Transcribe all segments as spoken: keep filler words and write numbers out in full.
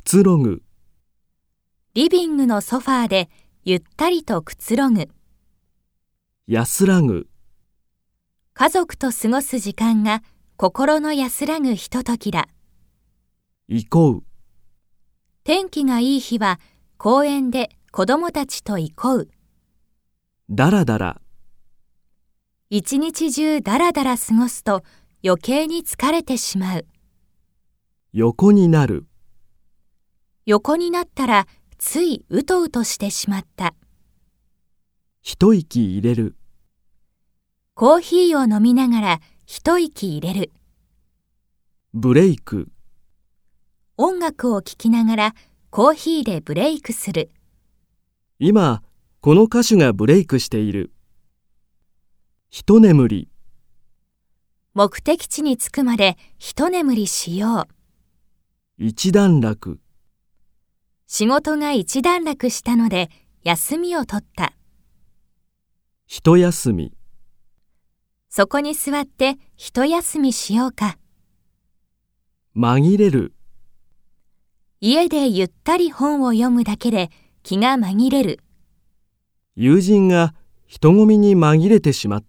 つろぐ。 リビングのソファーでゆったりとくつろぐ。 安らぐ。 家族と過ごす時間が心の安らぐひとときだ。 憩う。 天気がいい日は公園で子供たちと憩う。 だらだら。 一日中だらだら過ごすと余計に疲れてしまう。 横になる。 横になったらついうとうとしてしまった。 一息入れる。 コーヒーを飲みながら一息入れる。 ブレイク。 音楽を聴きながらコーヒーでブレイクする。 今、この歌手がブレイクしている。一眠り。 目的地に着くまで一眠りしよう。 一段落。 仕事が一段落したので休みを取った。 一休み。 そこに座って一休みしようか。 紛れる。 家でゆったり本を読むだけで気が紛れる。 友人が人混みに紛れてしまった。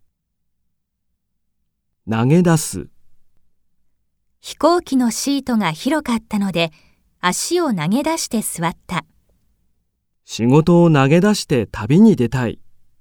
投げ出す。 飛行機のシートが広かったので足を投げ出して座った。 仕事を投げ出して旅に出たい。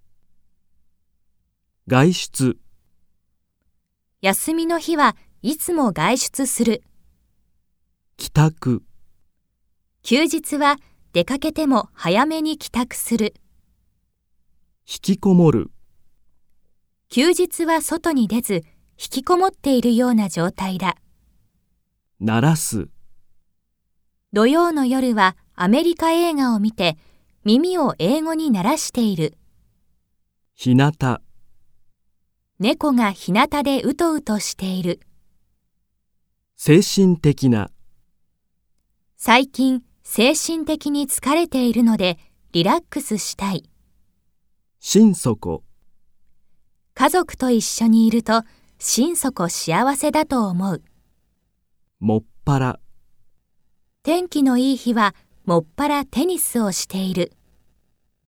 外出。 休みの日はいつも外出する。 帰宅。 休日は出かけても早めに帰宅する。 引きこもる。 休日は外に出ず引きこもっているような状態だ。 鳴らす。 土曜の夜はアメリカ映画を見て耳を英語に鳴らしている。 日向。 猫が日向でうとうとしている。 精神的な。 最近精神的に疲れているのでリラックスしたい。 心底。 家族と一緒にいると心底幸せだと思う。 もっぱら。 天気のいい日はもっぱらテニスをしている。